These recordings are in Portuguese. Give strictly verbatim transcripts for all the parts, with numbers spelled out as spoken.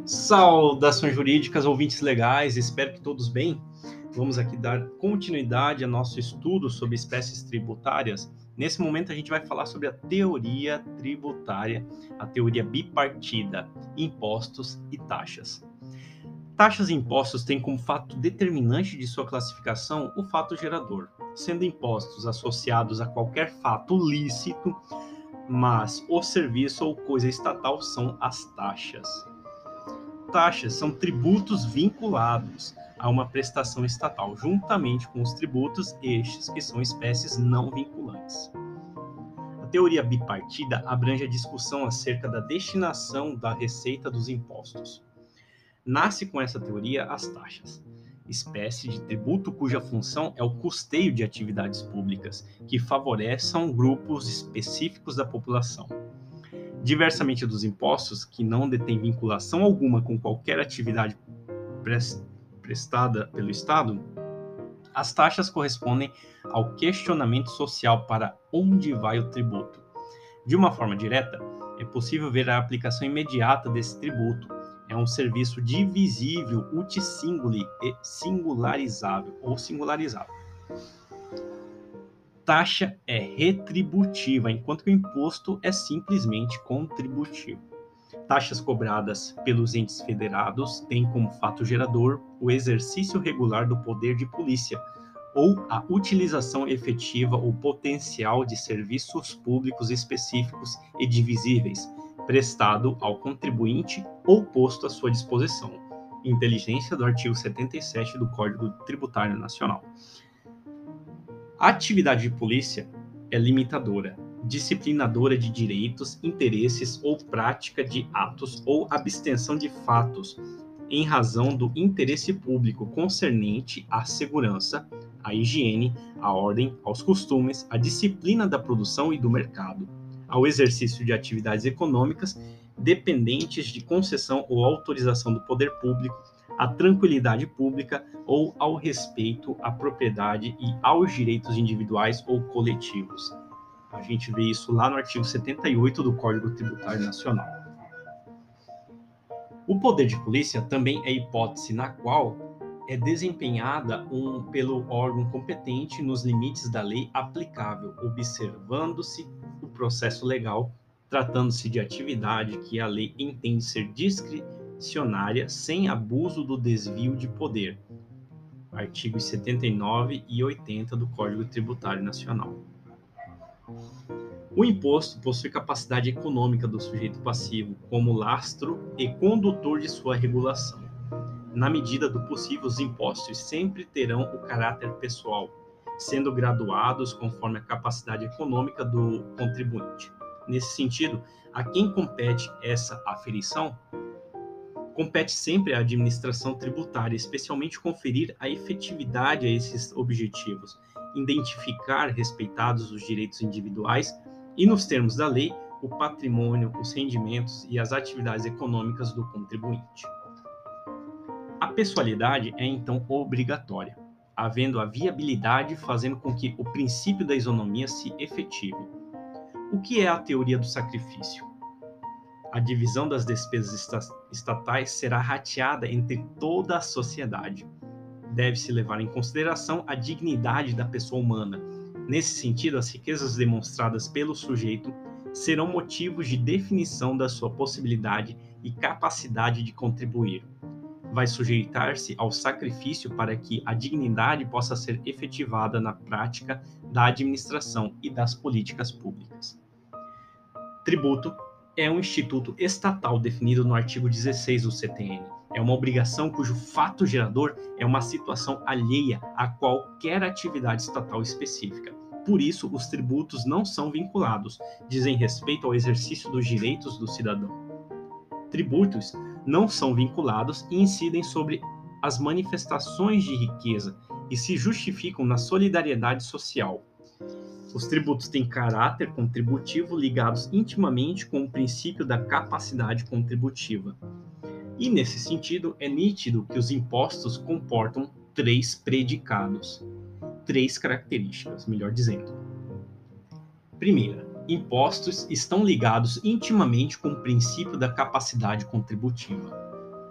Saudações jurídicas, ouvintes legais, espero que todos bem. Vamos aqui dar continuidade ao nosso estudo sobre espécies tributárias. Nesse momento a gente vai falar sobre a teoria tributária, a teoria bipartida, impostos e taxas. Taxas e impostos têm como fato determinante de sua classificação o fato gerador, sendo impostos associados a qualquer fato lícito, mas o serviço ou coisa estatal são as taxas. Taxas são tributos vinculados a uma prestação estatal, juntamente com os tributos estes que são espécies não vinculantes. A teoria bipartida abrange a discussão acerca da destinação da receita dos impostos. Nasce com essa teoria as taxas, espécie de tributo cuja função é o custeio de atividades públicas, que favoreçam grupos específicos da população. Diversamente dos impostos, que não detêm vinculação alguma com qualquer atividade prestada pelo Estado, as taxas correspondem ao questionamento social para onde vai o tributo. De uma forma direta, é possível ver a aplicação imediata desse tributo. É um serviço divisível, uti singuli e singularizável ou singularizável. Taxa é retributiva, enquanto que o imposto é simplesmente contributivo. Taxas cobradas pelos entes federados têm como fato gerador o exercício regular do poder de polícia ou a utilização efetiva ou potencial de serviços públicos específicos e divisíveis, prestado ao contribuinte ou posto à sua disposição. Inteligência do artigo setenta e sete do Código Tributário Nacional. A atividade de polícia é limitadora, disciplinadora de direitos, interesses ou prática de atos ou abstenção de fatos, em razão do interesse público concernente à segurança, à higiene, à ordem, aos costumes, à disciplina da produção e do mercado, ao exercício de atividades econômicas dependentes de concessão ou autorização do poder público, à tranquilidade pública ou ao respeito à propriedade e aos direitos individuais ou coletivos. A gente vê isso lá no artigo setenta e oito do Código Tributário Nacional. O poder de polícia também é a hipótese na qual é desempenhada um, pelo órgão competente nos limites da lei aplicável, observando-se o processo legal, tratando-se de atividade que a lei entende ser discricionária sem abuso do desvio de poder. Artigos setenta e nove e oitenta do Código Tributário Nacional. O imposto possui capacidade econômica do sujeito passivo como lastro e condutor de sua regulação. Na medida do possível, os impostos sempre terão o caráter pessoal, sendo graduados conforme a capacidade econômica do contribuinte. Nesse sentido, a quem compete essa aferição? Compete sempre à administração tributária, especialmente conferir a efetividade a esses objetivos, identificar respeitados os direitos individuais e, nos termos da lei, o patrimônio, os rendimentos e as atividades econômicas do contribuinte. A pessoalidade é, então, obrigatória, havendo a viabilidade fazendo com que o princípio da isonomia se efetive. O que é a teoria do sacrifício? A divisão das despesas estatais será rateada entre toda a sociedade. Deve-se levar em consideração a dignidade da pessoa humana. Nesse sentido, as riquezas demonstradas pelo sujeito serão motivos de definição da sua possibilidade e capacidade de contribuir. Vai sujeitar-se ao sacrifício para que a dignidade possa ser efetivada na prática da administração e das políticas públicas. Tributo é um instituto estatal definido no artigo dezesseis do C T N. É uma obrigação cujo fato gerador é uma situação alheia a qualquer atividade estatal específica. Por isso, os tributos não são vinculados, dizem respeito ao exercício dos direitos do cidadão. Tributos não são vinculados e incidem sobre as manifestações de riqueza e se justificam na solidariedade social. Os tributos têm caráter contributivo ligados intimamente com o princípio da capacidade contributiva. E, nesse sentido, é nítido que os impostos comportam três predicados, três características, melhor dizendo. Primeira, impostos estão ligados intimamente com o princípio da capacidade contributiva.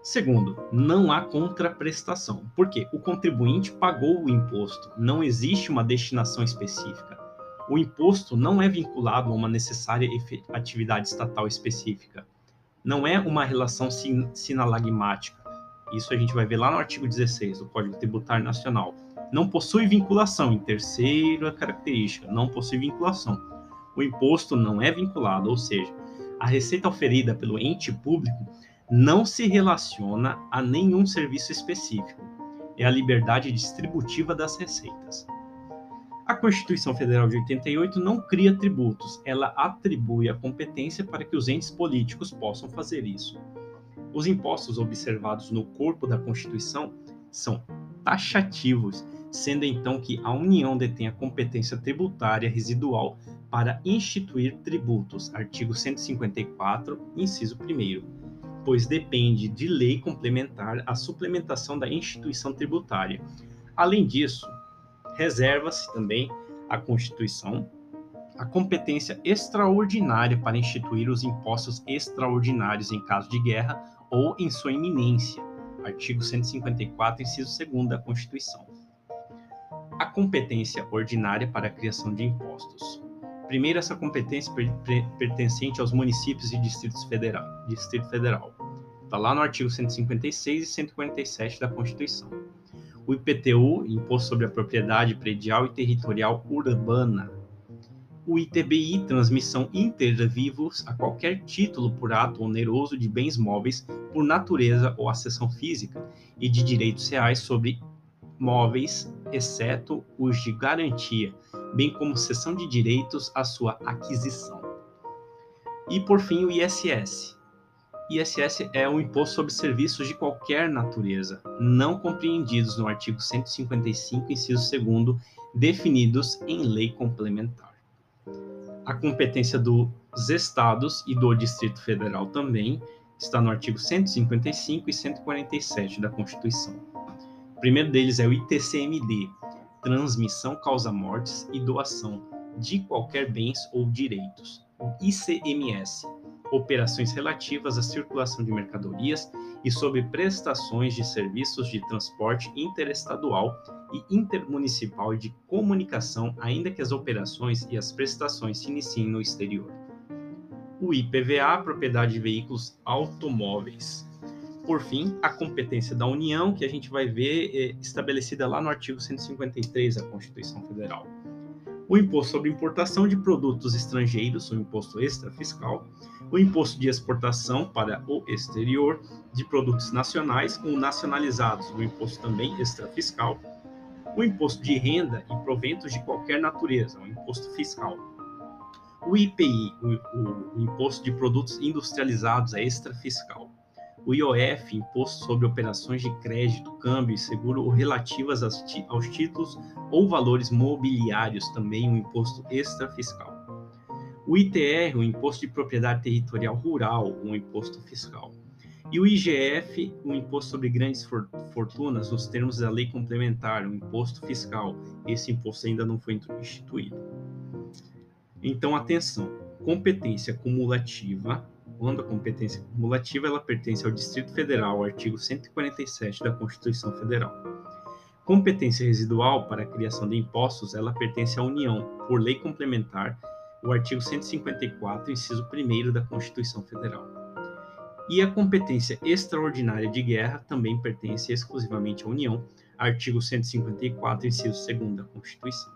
Segundo, não há contraprestação, porque o contribuinte pagou o imposto, não existe uma destinação específica. O imposto não é vinculado a uma necessária atividade estatal específica. Não é uma relação sin sinalagmática. Isso a gente vai ver lá no artigo dezesseis do Código Tributário Nacional. Não possui vinculação, em terceira característica, não possui vinculação. O imposto não é vinculado, ou seja, a receita oferida pelo ente público não se relaciona a nenhum serviço específico. É a liberdade distributiva das receitas. A Constituição Federal de oitenta e oito não cria tributos, ela atribui a competência para que os entes políticos possam fazer isso. Os impostos observados no corpo da Constituição são taxativos, sendo então que a União detém a competência tributária residual para instituir tributos, artigo cento e cinquenta e quatro, inciso primeiro, pois depende de lei complementar a suplementação da instituição tributária. Além disso, reserva-se também à Constituição a competência extraordinária para instituir os impostos extraordinários em caso de guerra ou em sua iminência, artigo cento e cinquenta e quatro, inciso segundo da Constituição. A competência ordinária para a criação de impostos. Primeiro, essa competência pertencente aos municípios e distritos federal, Distrito Federal. Está lá no artigo cento e cinquenta e seis e cento e quarenta e sete da Constituição. O I P T U, Imposto sobre a Propriedade Predial e Territorial Urbana. O I T B I, transmissão inter vivos a qualquer título por ato oneroso de bens móveis por natureza ou acessão física e de direitos reais sobre móveis, exceto os de garantia, bem como cessão de direitos à sua aquisição. E, por fim, o I S S. I S S é o Imposto sobre Serviços de qualquer natureza, não compreendidos no artigo cento e cinquenta e cinco, inciso segundo, definidos em lei complementar. A competência dos estados e do Distrito Federal também está no artigo cento e cinquenta e cinco e cento e quarenta e sete da Constituição. O primeiro deles é o I T C M D, transmissão, causa-mortes e doação de qualquer bens ou direitos. O I C M S, operações relativas à circulação de mercadorias e sobre prestações de serviços de transporte interestadual e intermunicipal de comunicação, ainda que as operações e as prestações se iniciem no exterior. O I P V A, propriedade de veículos automóveis. Por fim, a competência da União, que a gente vai ver é, estabelecida lá no artigo cento e cinquenta e três da Constituição Federal. O imposto sobre importação de produtos estrangeiros, o imposto extrafiscal, o imposto de exportação para o exterior de produtos nacionais ou nacionalizados, o imposto também extrafiscal, o imposto de renda e proventos de qualquer natureza, o imposto fiscal. O I P I, o, o, o imposto de produtos industrializados, é extrafiscal. O I O F, imposto sobre operações de crédito, câmbio e seguro ou relativas aos, aos títulos ou valores mobiliários, também um imposto extrafiscal. O I T R, o imposto de propriedade territorial rural, um imposto fiscal. E o I G F, o imposto sobre grandes fortunas, nos termos da lei complementar, um imposto fiscal. Esse imposto ainda não foi instituído. Então, atenção, competência cumulativa. Quando a competência cumulativa ela pertence ao Distrito Federal, artigo cento e quarenta e sete da Constituição Federal. Competência residual para a criação de impostos, ela pertence à União, por lei complementar, o artigo cento e cinquenta e quatro, inciso primeiro da Constituição Federal. E a competência extraordinária de guerra também pertence exclusivamente à União, artigo cento e cinquenta e quatro, inciso segundo da Constituição.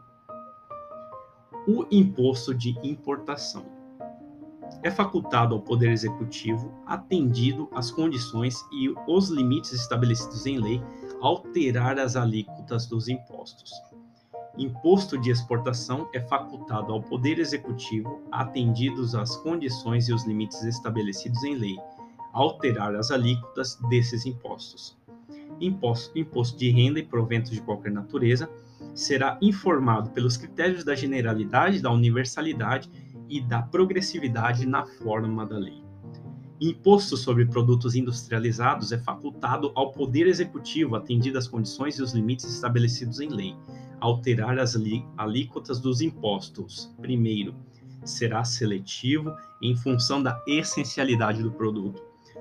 O imposto de importação é facultado ao Poder Executivo, atendido às condições e os limites estabelecidos em lei, alterar as alíquotas dos impostos. Imposto de exportação é facultado ao Poder Executivo, atendidos às condições e os limites estabelecidos em lei, alterar as alíquotas desses impostos. Imposto, imposto de renda e proventos de qualquer natureza será informado pelos critérios da generalidade, da universalidade e da progressividade na forma da lei. Imposto sobre produtos industrializados é facultado ao Poder Executivo, atendidas as condições e os limites estabelecidos em lei, alterar as alíquotas dos impostos. Primeiro, será seletivo em função da essencialidade do produto.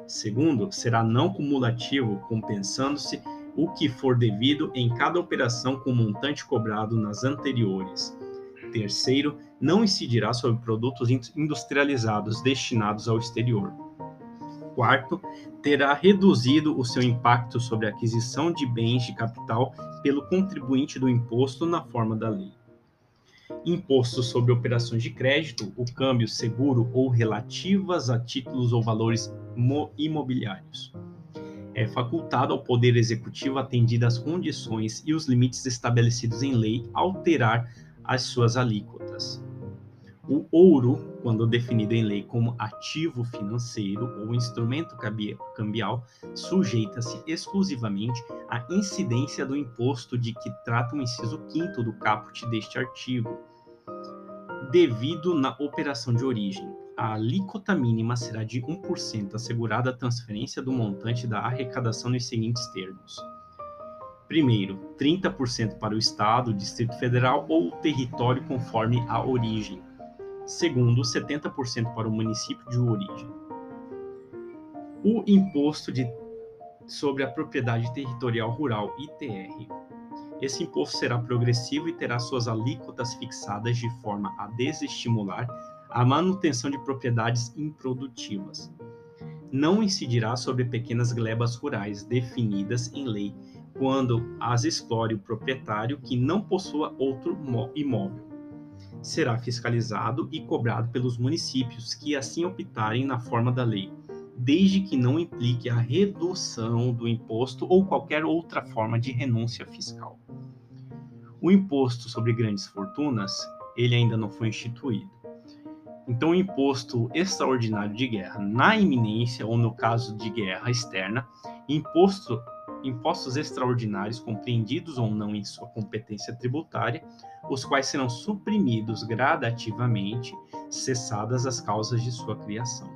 Segundo, será não cumulativo, compensando-se o que for devido em cada operação com o montante cobrado nas anteriores. Terceiro, não incidirá sobre produtos industrializados destinados ao exterior. Quarto, terá reduzido o seu impacto sobre a aquisição de bens de capital pelo contribuinte do imposto na forma da lei. Imposto sobre operações de crédito, o câmbio, seguro ou relativas a títulos ou valores imobiliários. É facultado ao Poder Executivo, atendidas as condições e os limites estabelecidos em lei, alterar as suas alíquotas. O ouro, quando definido em lei como ativo financeiro ou instrumento cambial, sujeita-se exclusivamente à incidência do imposto de que trata o inciso quinto do caput deste artigo, devido na operação de origem. A alíquota mínima será de um por cento, assegurada a transferência do montante da arrecadação nos seguintes termos. Primeiro, trinta por cento para o Estado, Distrito Federal ou o território conforme a origem. Segundo, setenta por cento para o município de origem. O Imposto de, sobre a Propriedade Territorial Rural, I T R. Esse imposto será progressivo e terá suas alíquotas fixadas de forma a desestimular a manutenção de propriedades improdutivas. Não incidirá sobre pequenas glebas rurais definidas em lei, quando as explore o proprietário que não possua outro imóvel. Será fiscalizado e cobrado pelos municípios que assim optarem na forma da lei, desde que não implique a redução do imposto ou qualquer outra forma de renúncia fiscal. O imposto sobre grandes fortunas, ele ainda não foi instituído. Então, o imposto extraordinário de guerra na iminência ou no caso de guerra externa, imposto impostos extraordinários compreendidos ou não em sua competência tributária, os quais serão suprimidos gradativamente, cessadas as causas de sua criação.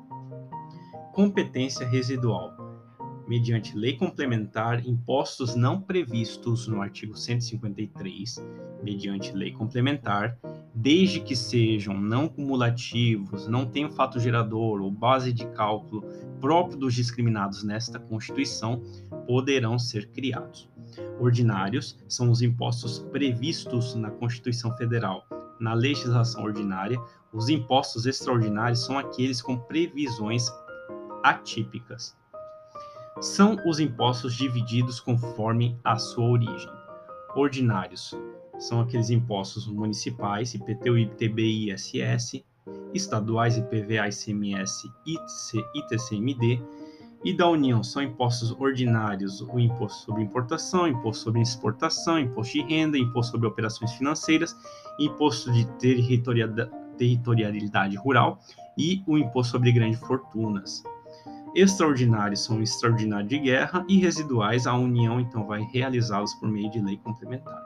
Competência residual. Mediante lei complementar, impostos não previstos no artigo cento e cinquenta e três, mediante lei complementar, desde que sejam não cumulativos, não tenham fato gerador ou base de cálculo próprio dos discriminados nesta Constituição, poderão ser criados. Ordinários são os impostos previstos na Constituição Federal. Na legislação ordinária, os impostos extraordinários são aqueles com previsões atípicas. São os impostos divididos conforme a sua origem. Ordinários são aqueles impostos municipais, I P T U, I T B I, I S S, estaduais, I P V A, I C M S, I T C M D, e da União são impostos ordinários, o imposto sobre importação, imposto sobre exportação, imposto de renda, imposto sobre operações financeiras, imposto de territorialidade rural e o imposto sobre grandes fortunas. Extraordinários são o extraordinário de guerra e residuais, a União então vai realizá-los por meio de lei complementar.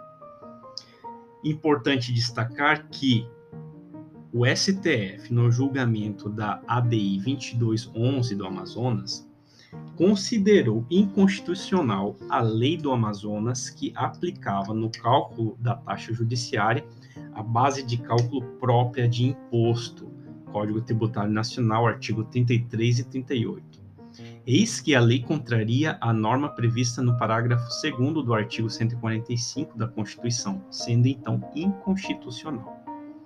Importante destacar que o S T F, no julgamento da A D I vinte e dois onze do Amazonas, considerou inconstitucional a lei do Amazonas que aplicava no cálculo da taxa judiciária a base de cálculo própria de imposto, Código Tributário Nacional, artigo trinta e três e trinta e oito. Eis que a lei contraria a norma prevista no parágrafo segundo do artigo cento e quarenta e cinco da Constituição, sendo então inconstitucional.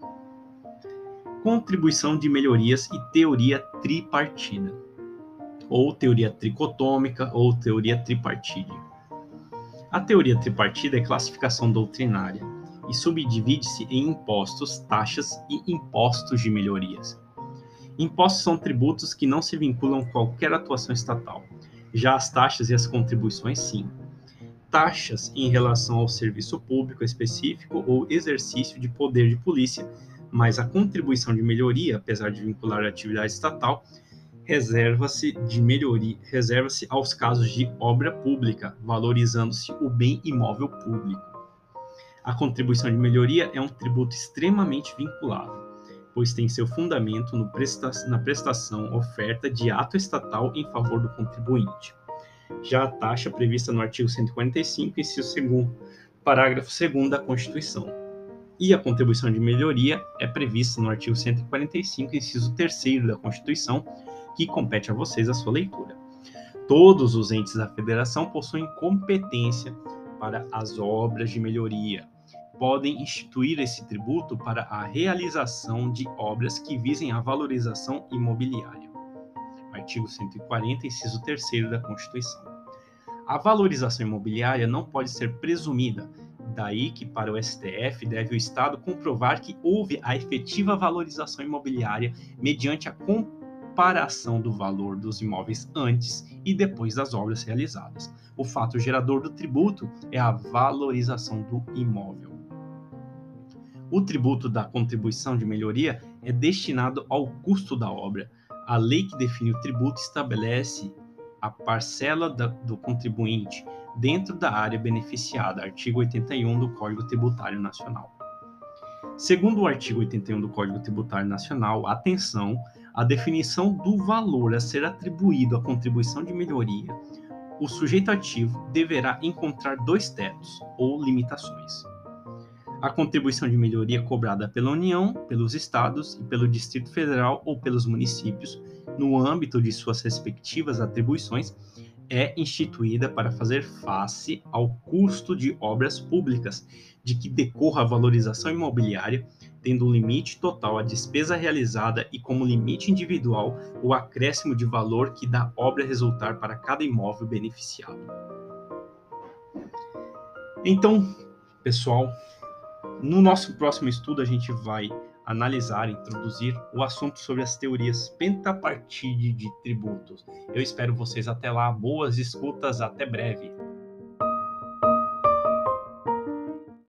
Contribuição de melhorias e teoria tripartida, ou teoria tricotômica, ou teoria tripartite. A teoria tripartida é classificação doutrinária e subdivide-se em impostos, taxas e impostos de melhorias. Impostos são tributos que não se vinculam a qualquer atuação estatal. Já as taxas e as contribuições, sim. Taxas em relação ao serviço público específico ou exercício de poder de polícia, mas a contribuição de melhoria, apesar de vincular a atividade estatal, reserva-se de melhoria, reserva-se aos casos de obra pública, valorizando-se o bem imóvel público. A contribuição de melhoria é um tributo extremamente vinculado, pois tem seu fundamento no presta- na prestação oferta de ato estatal em favor do contribuinte. Já a taxa prevista no artigo cento e quarenta e cinco, inciso segundo, parágrafo segundo da Constituição. E a contribuição de melhoria é prevista no artigo cento e quarenta e cinco, inciso terceiro da Constituição, que compete a vocês a sua leitura. Todos os entes da federação possuem competência para as obras de melhoria. Podem instituir esse tributo para a realização de obras que visem a valorização imobiliária. Artigo cento e quarenta, inciso terceiro da Constituição. A valorização imobiliária não pode ser presumida, daí que para o S T F deve o Estado comprovar que houve a efetiva valorização imobiliária mediante a comparação do valor dos imóveis antes e depois das obras realizadas. O fato gerador do tributo é a valorização do imóvel. O tributo da contribuição de melhoria é destinado ao custo da obra. A lei que define o tributo estabelece a parcela da, do contribuinte dentro da área beneficiada, artigo oitenta e um do Código Tributário Nacional. Segundo o artigo oitenta e um do Código Tributário Nacional, atenção, a definição do valor a ser atribuído à contribuição de melhoria, o sujeito ativo deverá encontrar dois tetos ou limitações. A contribuição de melhoria cobrada pela União, pelos Estados e pelo Distrito Federal ou pelos municípios, no âmbito de suas respectivas atribuições, é instituída para fazer face ao custo de obras públicas, de que decorra a valorização imobiliária, tendo um limite total à despesa realizada e como limite individual o acréscimo de valor que da obra resultar para cada imóvel beneficiado. Então, pessoal, no nosso próximo estudo a gente vai analisar, introduzir o assunto sobre as teorias pentapartite de tributos. Eu espero vocês até lá, boas escutas, até breve.